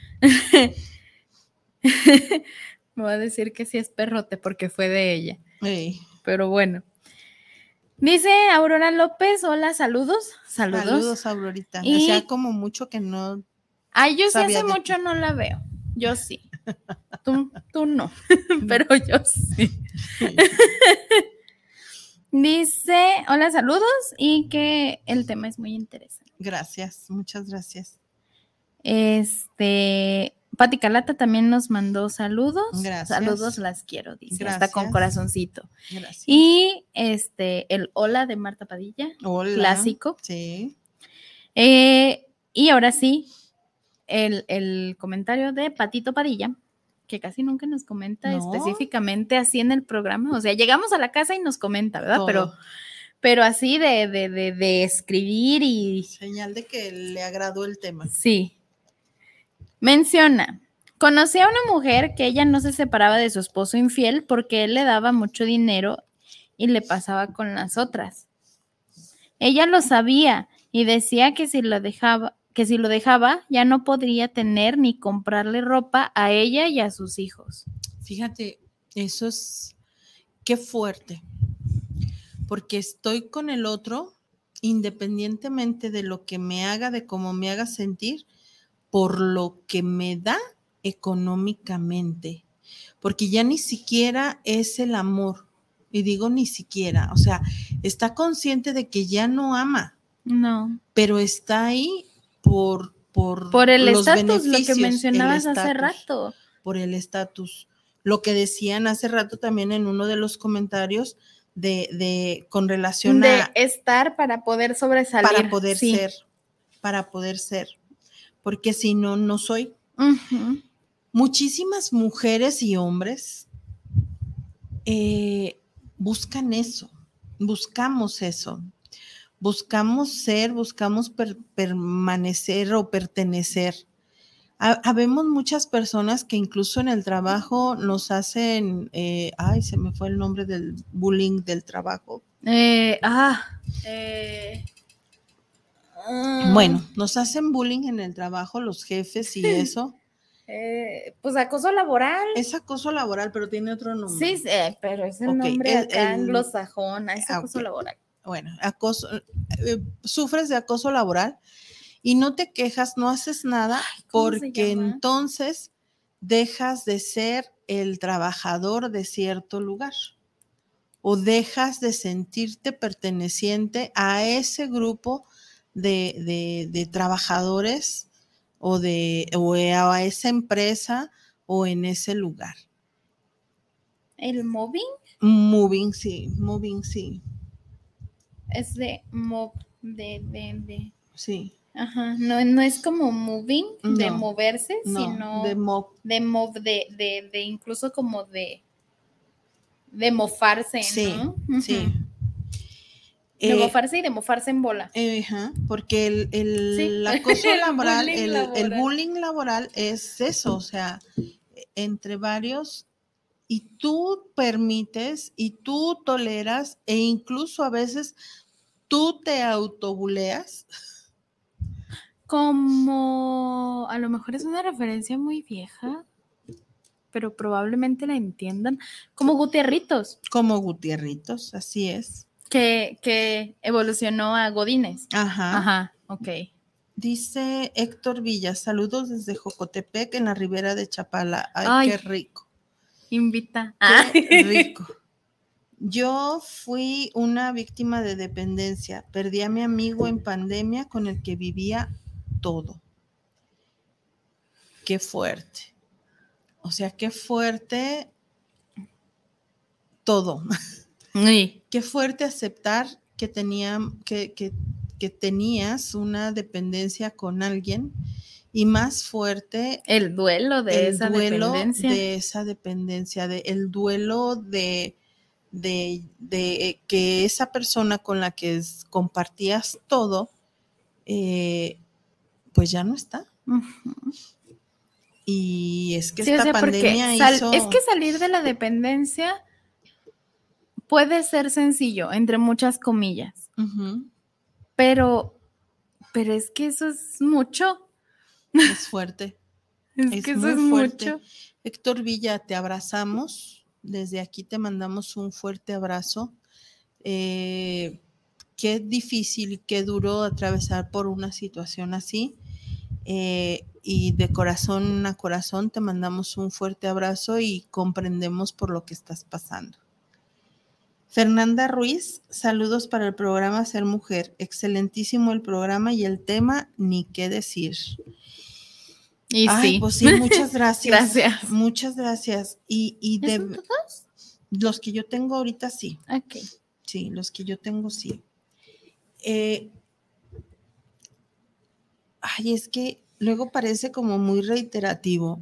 Me va a decir que sí es perrote porque fue de ella. Ey. Pero bueno. Dice Aurora López, hola, saludos. Saludos. Saludos, Aurorita. Y- O sea, como mucho que no... Ay, yo sí Sabía hace de mucho no la veo. Yo sí. Tú, tú no, pero yo sí. Dice, hola, saludos y que el tema es muy interesante. Gracias, muchas gracias. Este, Pati Calata también nos mandó saludos. Gracias. Saludos, las quiero, dice. Está Gracias. con corazoncito. Gracias. Y este, el hola de Marta Padilla, Hola. clásico. Sí. Eh, y ahora sí, el, el comentario de Patito Padilla, que casi nunca nos comenta No. específicamente así en el programa. O sea, llegamos a la casa y nos comenta, ¿verdad? Todo. Pero, pero así de, de, de, de escribir y Señal de que le agradó el tema. sí. Menciona, conocí a una mujer que ella no se separaba de su esposo infiel porque él le daba mucho dinero y le pasaba con las otras. Ella lo sabía y decía que si lo dejaba, que si lo dejaba ya no podría tener ni comprarle ropa a ella y a sus hijos. Fíjate, eso es, qué fuerte, porque estoy con el otro independientemente de lo que me haga, de cómo me haga sentir, por lo que me da económicamente, porque ya ni siquiera es el amor, y digo ni siquiera, o sea, está consciente de que ya no ama, No. pero está ahí por, por, Por el los estatus, lo beneficios, que mencionabas el hace estatus, rato. por el estatus. Lo que decían hace rato también en uno de los comentarios de, de con relación De a estar para poder sobresalir. para poder sí. ser, para poder ser, porque si no, no soy. Ujú. Muchísimas mujeres y hombres eh, buscan eso, buscamos eso, buscamos ser, buscamos per- permanecer o pertenecer. Ha- Habemos muchas personas que incluso en el trabajo nos hacen, eh, ay, se me fue el nombre del bullying del trabajo. Eh, ah, eh, ah, Bueno, nos hacen bullying en el trabajo los jefes y eso. eh, pues acoso laboral. Es acoso laboral, pero tiene otro nombre. Sí, eh, pero es el Ok, nombre el- acá el- anglosajona, es ah, acoso ok. laboral. Bueno, acoso, eh, sufres de acoso laboral y no te quejas, no haces nada ¿cómo se porque llama? entonces dejas de ser el trabajador de cierto lugar o dejas de sentirte perteneciente a ese grupo de, de, de trabajadores o, de, o a esa empresa o en ese lugar. ¿El moving? Moving, sí, moving, sí. Es de move, de, de, de. Sí. Ajá, no, no es como moving, No, de moverse, no, sino de move. de move, de, de, de incluso como de, de mofarse, Sí, ¿no? sí. Ujú. De Eh, mofarse y de mofarse en bola. eh, ajá, porque el, el Sí. acoso El laboral, bullying el, laboral. el bullying laboral es eso, o sea, entre varios, y tú permites y tú toleras e incluso a veces tú te autobuleas. Como a lo mejor es una referencia muy vieja, pero probablemente la entiendan, como Gutierritos. Como Gutierritos, así es. Que, que evolucionó a Godínez. Ajá. Ajá, ok. Dice Héctor Villa, saludos desde Jocotepec en la ribera de Chapala. Ay, Ay. qué rico. Invita. Qué rico. Yo fui una víctima de dependencia. Perdí a mi amigo en pandemia con el que vivía todo. Qué fuerte. O sea, qué fuerte todo. Sí. Qué fuerte aceptar que, tenía, que, que, que tenías una dependencia con alguien y más fuerte El duelo de el esa duelo dependencia. de esa dependencia, de, el duelo de, de, de que esa persona con la que es, compartías todo, eh, pues ya no está. Uh-huh. Y es que Sí, esta o sea, pandemia sal- hizo... es que salir de la dependencia puede ser sencillo, entre muchas comillas, uh-huh. pero, pero es que eso es mucho. Es fuerte. Es, es que eso muy es fuerte. mucho. Héctor Villa, te abrazamos. Desde aquí te mandamos un fuerte abrazo. Eh, qué difícil y qué duro atravesar por una situación así. Eh, y de corazón a corazón te mandamos un fuerte abrazo y comprendemos por lo que estás pasando. Fernanda Ruiz, saludos para el programa Ser Mujer. Excelentísimo el programa y el tema, ni qué decir. Y Ay, sí. pues sí, muchas gracias. Gracias. Muchas gracias. Y, y de ¿Son todos? los que yo tengo ahorita sí. Ok. Sí, los que yo tengo sí. Eh, ay, es que luego parece como muy reiterativo,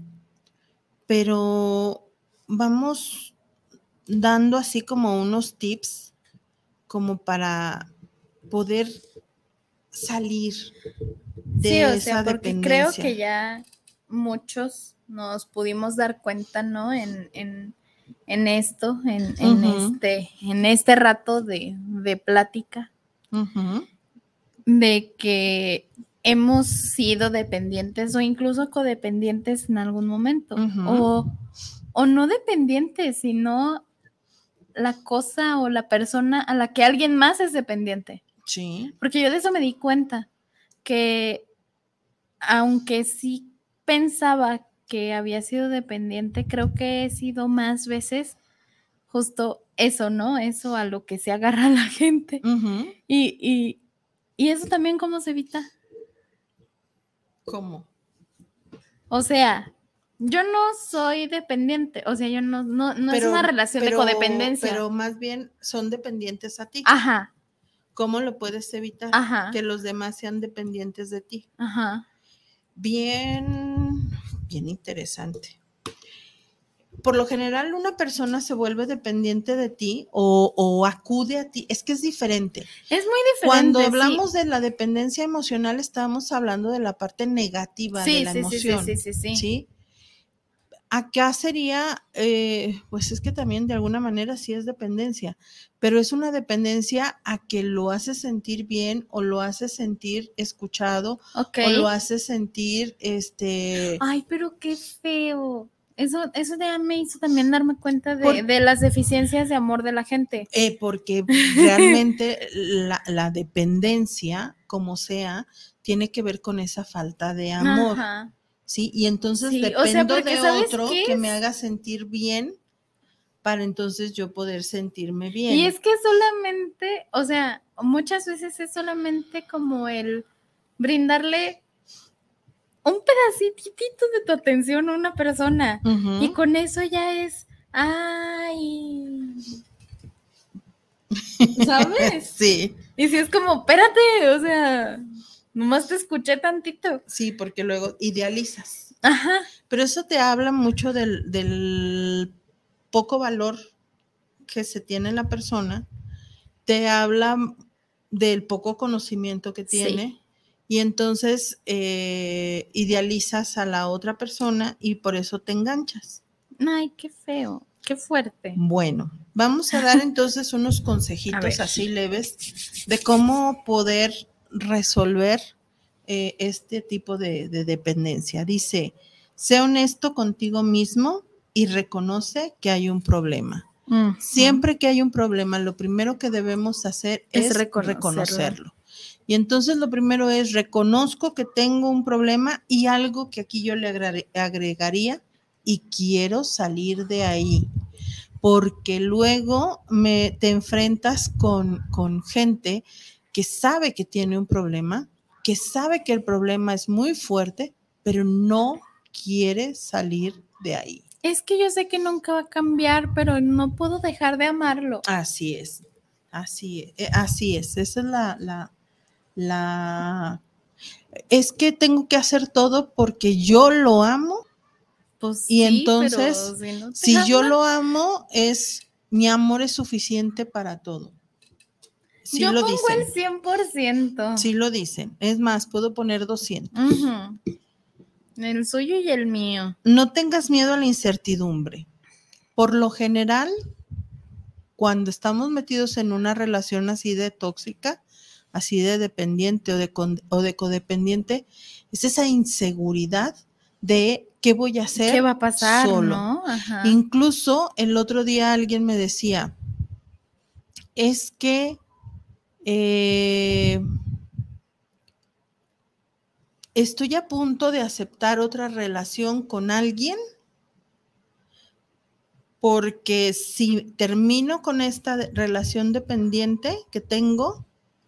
pero vamos dando así como unos tips como para poder salir de Sí, o esa sea, porque dependencia. creo que ya muchos nos pudimos dar cuenta, ¿no? En, en, en esto, en, en, Uh-huh. este, en este rato de, de plática, Uh-huh. de que hemos sido dependientes o incluso codependientes en algún momento. Uh-huh. O, o no dependientes, sino la cosa o la persona a la que alguien más es dependiente. Sí. Porque yo de eso me di cuenta, que aunque sí pensaba que había sido dependiente, creo que he sido más veces justo eso, ¿no? Eso a lo que se agarra la gente. Uh-huh. Y, y, y eso también, ¿cómo se evita? ¿Cómo? O sea, yo no soy dependiente, o sea, yo no, no, no Pero- es una relación pero- de codependencia. Pero más bien son dependientes a ti. Ajá, ¿Cómo lo puedes evitar? Ajá. Que los demás sean dependientes de ti. ajá. Bien, bien interesante. Por lo general, una persona se vuelve dependiente de ti o, o acude a ti. Es que es diferente. Es muy diferente. Cuando sí. hablamos de la dependencia emocional, estamos hablando de la parte negativa Sí, de la sí, sí, emoción. sí, sí, sí, sí. ¿Sí? Acá sería, eh, pues es que también de alguna manera sí es dependencia, pero es una dependencia a que lo hace sentir bien o lo hace sentir escuchado Ok. o lo hace sentir, este... Ay, pero qué feo. Eso, eso ya me hizo también darme cuenta de, Por- de las deficiencias de amor de la gente. Eh, porque realmente la, la dependencia, como sea, tiene que ver con esa falta de amor, Ajá. ¿sí? Y entonces Sí, o sea, dependo porque de ¿sabes otro qué que es? me haga sentir bien para entonces yo poder sentirme bien. Y es que solamente, o sea, muchas veces es solamente como el brindarle un pedacitito de tu atención a una persona. Ujú. Y con eso ya es, ay, ¿sabes? Sí, Y si es como, espérate, o sea, nomás te escuché tantito. sí, porque luego idealizas. Ajá. Pero eso te habla mucho del, del poco valor que se tiene en la persona, te habla del poco conocimiento que tiene, Sí. y entonces eh, idealizas a la otra persona y por eso te enganchas. Ay, qué feo, qué fuerte. Bueno, vamos a dar entonces unos A consejitos ver. así leves de cómo poder resolver eh, este tipo de, de dependencia. Dice, sé honesto contigo mismo y reconoce que hay un problema. Ujú. Siempre que hay un problema, lo primero que debemos hacer Es es, reconocerlo. reconocerlo. Y entonces lo primero es, reconozco que tengo un problema y algo que aquí yo le agre- agregaría, y quiero salir de ahí. Porque luego me, te enfrentas con, con gente que sabe que tiene un problema, que sabe que el problema es muy fuerte, pero no quiere salir de ahí. Es que yo sé que nunca va a cambiar, pero no puedo dejar de amarlo. Así es, así es, eh, así es, esa es la, la, la, es que tengo que hacer todo porque yo lo amo, Pues y sí, entonces, pero si no te si yo ama. lo amo, es, mi amor es suficiente para todo. Sí Yo lo pongo dicen, el cien por ciento. sí lo dicen, es más, puedo poner doscientos. Ujú. El suyo y el mío. No tengas miedo a la incertidumbre. Por lo general, cuando estamos metidos en una relación así de tóxica, así de dependiente o de, con, o de codependiente, es esa inseguridad de qué voy a hacer ¿Qué va a pasar, solo. no? Ajá. Incluso el otro día alguien me decía, es que eh, estoy a punto de aceptar otra relación con alguien, porque si termino con esta relación dependiente que tengo,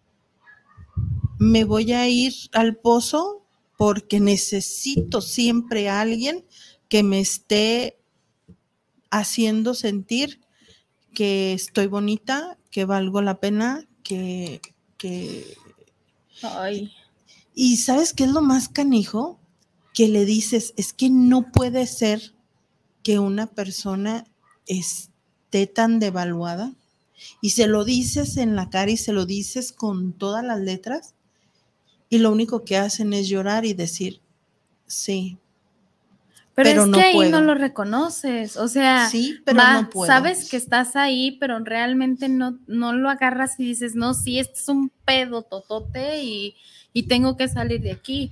me voy a ir al pozo porque necesito siempre a alguien que me esté haciendo sentir que estoy bonita, que valgo la pena, que... que... Ay. ¿Y sabes qué es lo más canijo? Que le dices, es que no puede ser que una persona esté tan devaluada, y se lo dices en la cara y se lo dices con todas las letras, y lo único que hacen es llorar y decir, sí, Pero, pero es no que ahí puedo. no lo reconoces, o sea, Sí, pero va, no puedo. sabes que estás ahí, pero realmente no, no lo agarras y dices, no, sí, este es un pedo totote y, y tengo que salir de aquí.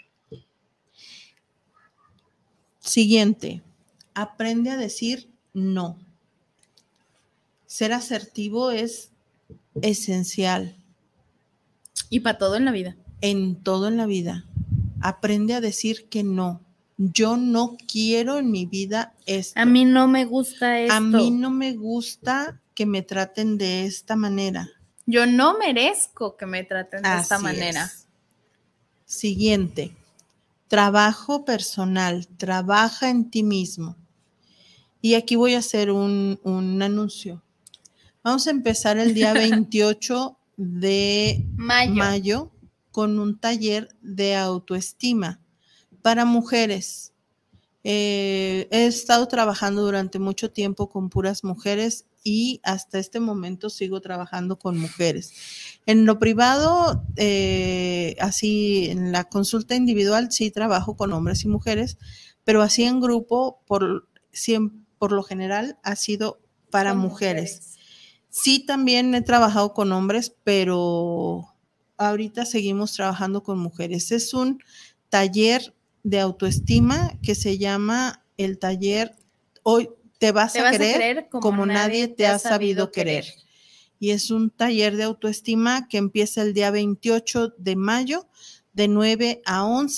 Siguiente, aprende a decir no. Ser asertivo es esencial Y para todo en la vida. en todo en la vida. Aprende a decir que no. Yo no quiero en mi vida esto. A mí no me gusta esto. A mí no me gusta que me traten de esta manera. Yo no merezco que me traten de esta Así manera. es. Siguiente, trabajo personal, trabaja en ti mismo. Y aquí voy a hacer un, un anuncio. Vamos a empezar el día veintiocho de Mayo. mayo con un taller de autoestima para mujeres. Eh, he estado trabajando durante mucho tiempo con puras mujeres y hasta este momento sigo trabajando con mujeres. En lo privado, eh, así en la consulta individual, sí trabajo con hombres y mujeres, pero así en grupo, por, siempre, por lo general, ha sido para Con mujeres. mujeres. Sí, también he trabajado con hombres, pero ahorita seguimos trabajando con mujeres. Es un taller de autoestima que se llama el taller Hoy te vas, Te a, vas a querer querer como, como nadie te ha sabido querer. querer. Y es un taller de autoestima que empieza el día veintiocho de mayo de nueve a once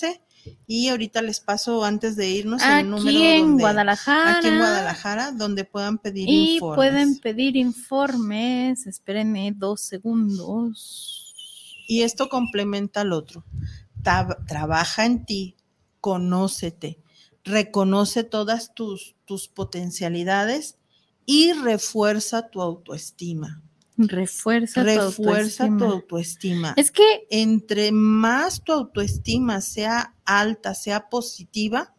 Y ahorita les paso, antes de irnos, aquí el número en donde, Guadalajara. aquí en Guadalajara, donde puedan pedir y informes. pueden pedir informes. Espérenme dos segundos. Y esto complementa al otro. Tab- trabaja en ti, conócete, reconoce todas tus, tus potencialidades y refuerza tu autoestima. Refuerza, Refuerza tu autoestima. tu autoestima. Es que entre más tu autoestima sea alta, sea positiva,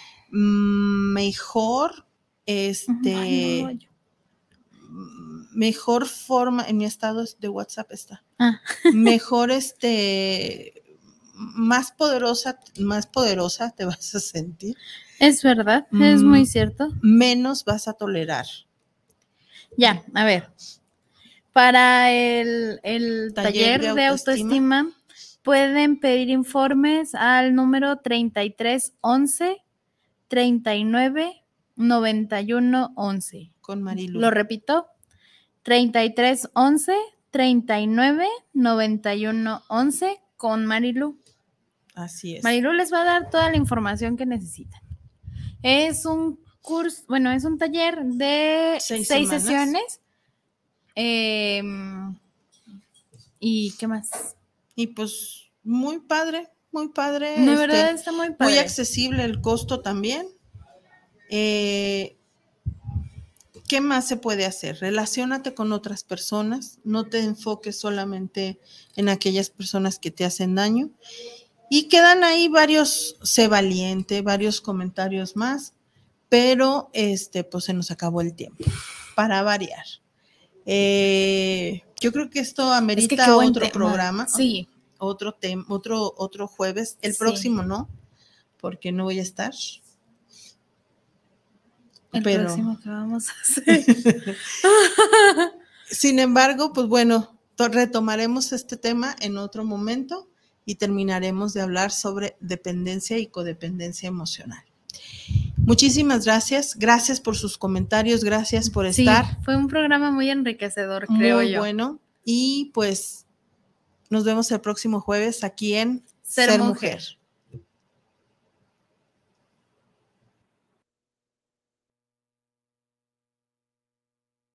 mejor este Ay, no, yo. mejor forma, en mi estado de WhatsApp está. Ah. Mejor este más poderosa, más poderosa te vas a sentir. Es verdad, es muy cierto. Menos vas a tolerar. Ya, a ver. Para el, el Taller taller, de de autoestima. autoestima, pueden pedir informes al número treinta y tres once, treinta y nueve, noventa y uno once. Con Marilu. Lo repito, treinta y tres once, treinta y nueve, noventa y uno once con Marilu. Así es. Marilu les va a dar toda la información que necesitan. Es un curso, bueno, es un taller de Seis seis, semanas. sesiones. Eh, ¿Y qué más? Y pues muy padre, muy padre. De este, verdad está muy padre. Muy accesible el costo también. Eh, ¿Qué más se puede hacer? Relaciónate con otras personas, no te enfoques solamente en aquellas personas que te hacen daño. Y quedan ahí varios, sé valiente, varios comentarios más, pero este, pues se nos acabó el tiempo, para variar. Eh, yo creo que esto amerita Es que qué buen otro tema. programa. Sí. Otro tema, otro, otro jueves. El Sí. próximo no, porque no voy a estar. El pero, próximo que vamos a hacer. Sin embargo, pues bueno, to- retomaremos este tema en otro momento y terminaremos de hablar sobre dependencia y codependencia emocional. Muchísimas gracias, gracias por sus comentarios, gracias por Sí, estar. fue un programa muy enriquecedor, creo Muy yo. bueno. Y pues nos vemos el próximo jueves aquí en Ser Ser, Mujer. Mujer.